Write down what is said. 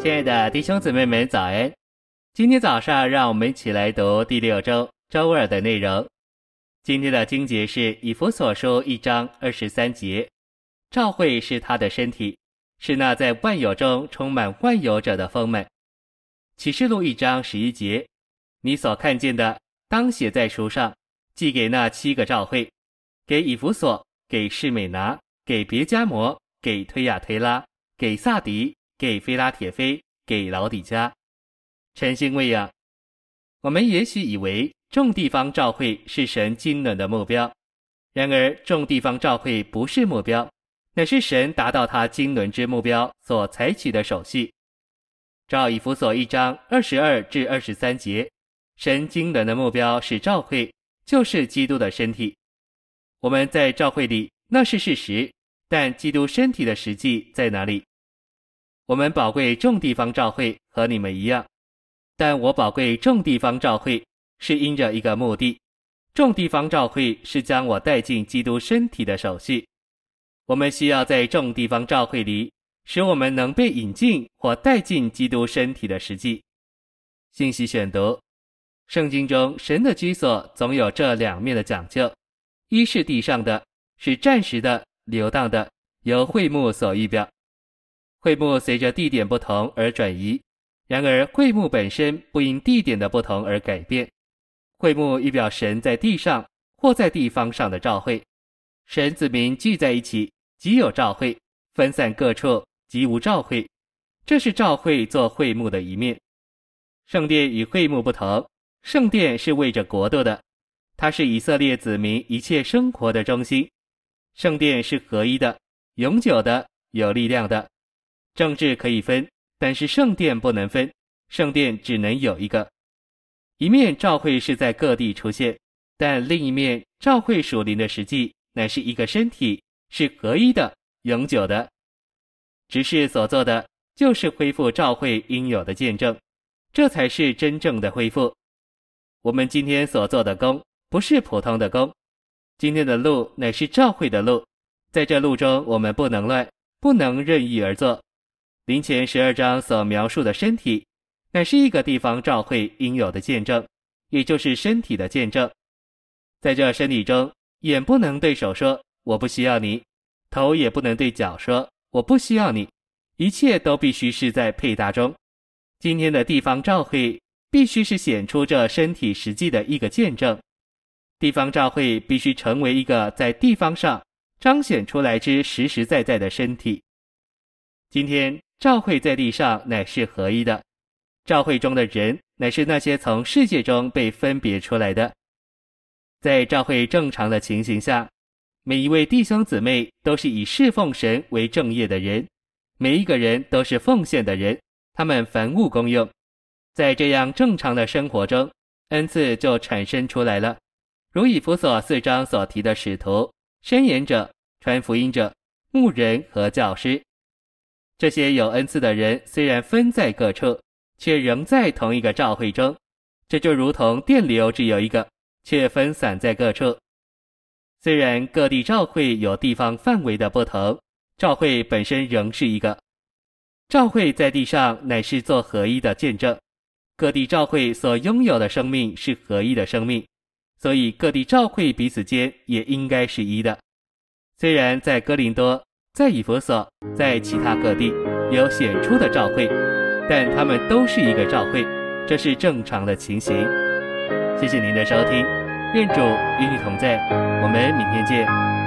亲爱的弟兄姊妹们早安，今天早上让我们一起来读第6周周二的内容。今天的经节是以弗所书1章23节，召会是他的身体，是那在万有中充满万有者的丰满。启示录1章11节，你所看见的当写在书上，寄给那7个召会，给以弗所，给士美拿，给别迦摩，给推亚推拉，给撒迪，给非拉铁非，给老底嘉。诚心喂养。我们也许以为众地方召会是神经纶的目标，然而众地方召会不是目标，乃是神达到他经纶之目标所采取的手续。照以弗所1章22至23节，神经纶的目标是召会，就是基督的身体。我们在召会里，那是事实，但基督身体的实际在哪里？我们宝贵众地方召会和你们一样，但我宝贵众地方召会是因着一个目的，众地方召会是将我带进基督身体的手续。我们需要在众地方召会里，使我们能被引进或带进基督身体的实际。信息选读，圣经中神的居所总有这两面的讲究，一是地上的，是暂时的、流荡的，由会幕所预表。会幕随着地点不同而转移，然而会幕本身不因地点的不同而改变。会幕预表神在地上或在地方上的召会，神子民聚在一起，即有召会；分散各处，即无召会。这是召会做会幕的一面。圣殿与会幕不同，圣殿是为着国度的，它是以色列子民一切生活的中心。圣殿是合一的、永久的、有力量的。政治可以分，但是圣殿不能分，圣殿只能有一个。一面召会是在各地出现，但另一面召会属灵的实际乃是一个身体，是合一的、永久的。执事所做的就是恢复召会应有的见证，这才是真正的恢复。我们今天所做的工不是普通的工，今天的路乃是召会的路，在这路中我们不能乱，不能任意而做。林前12章所描述的身体，乃是一个地方召会应有的见证，也就是身体的见证。在这身体中，眼不能对手说我不需要你，头也不能对脚说我不需要你，一切都必须是在配搭中。今天的地方召会必须是显出这身体实际的一个见证，地方召会必须成为一个在地方上彰显出来之实实在在的身体。今天召会在地上乃是合一的，召会中的人乃是那些从世界中被分别出来的。在召会正常的情形下，每一位弟兄姊妹都是以侍奉神为正业的人，每一个人都是奉献的人，他们凡物公用。在这样正常的生活中，恩赐就产生出来了，如以弗所4章所提的使徒、申言者、传福音者、牧人和教师。这些有恩赐的人虽然分在各处，却仍在同一个召会中，这就如同电流只有一个，却分散在各处。虽然各地召会有地方范围的不同，召会本身仍是一个。召会在地上乃是做合一的见证，各地召会所拥有的生命是合一的生命，所以各地召会彼此间也应该是一的。虽然在哥林多、在以弗所、在其他各地有显出的召会，但他们都是一个召会，这是正常的情形。谢谢您的收听，愿主与你同在，我们明天见。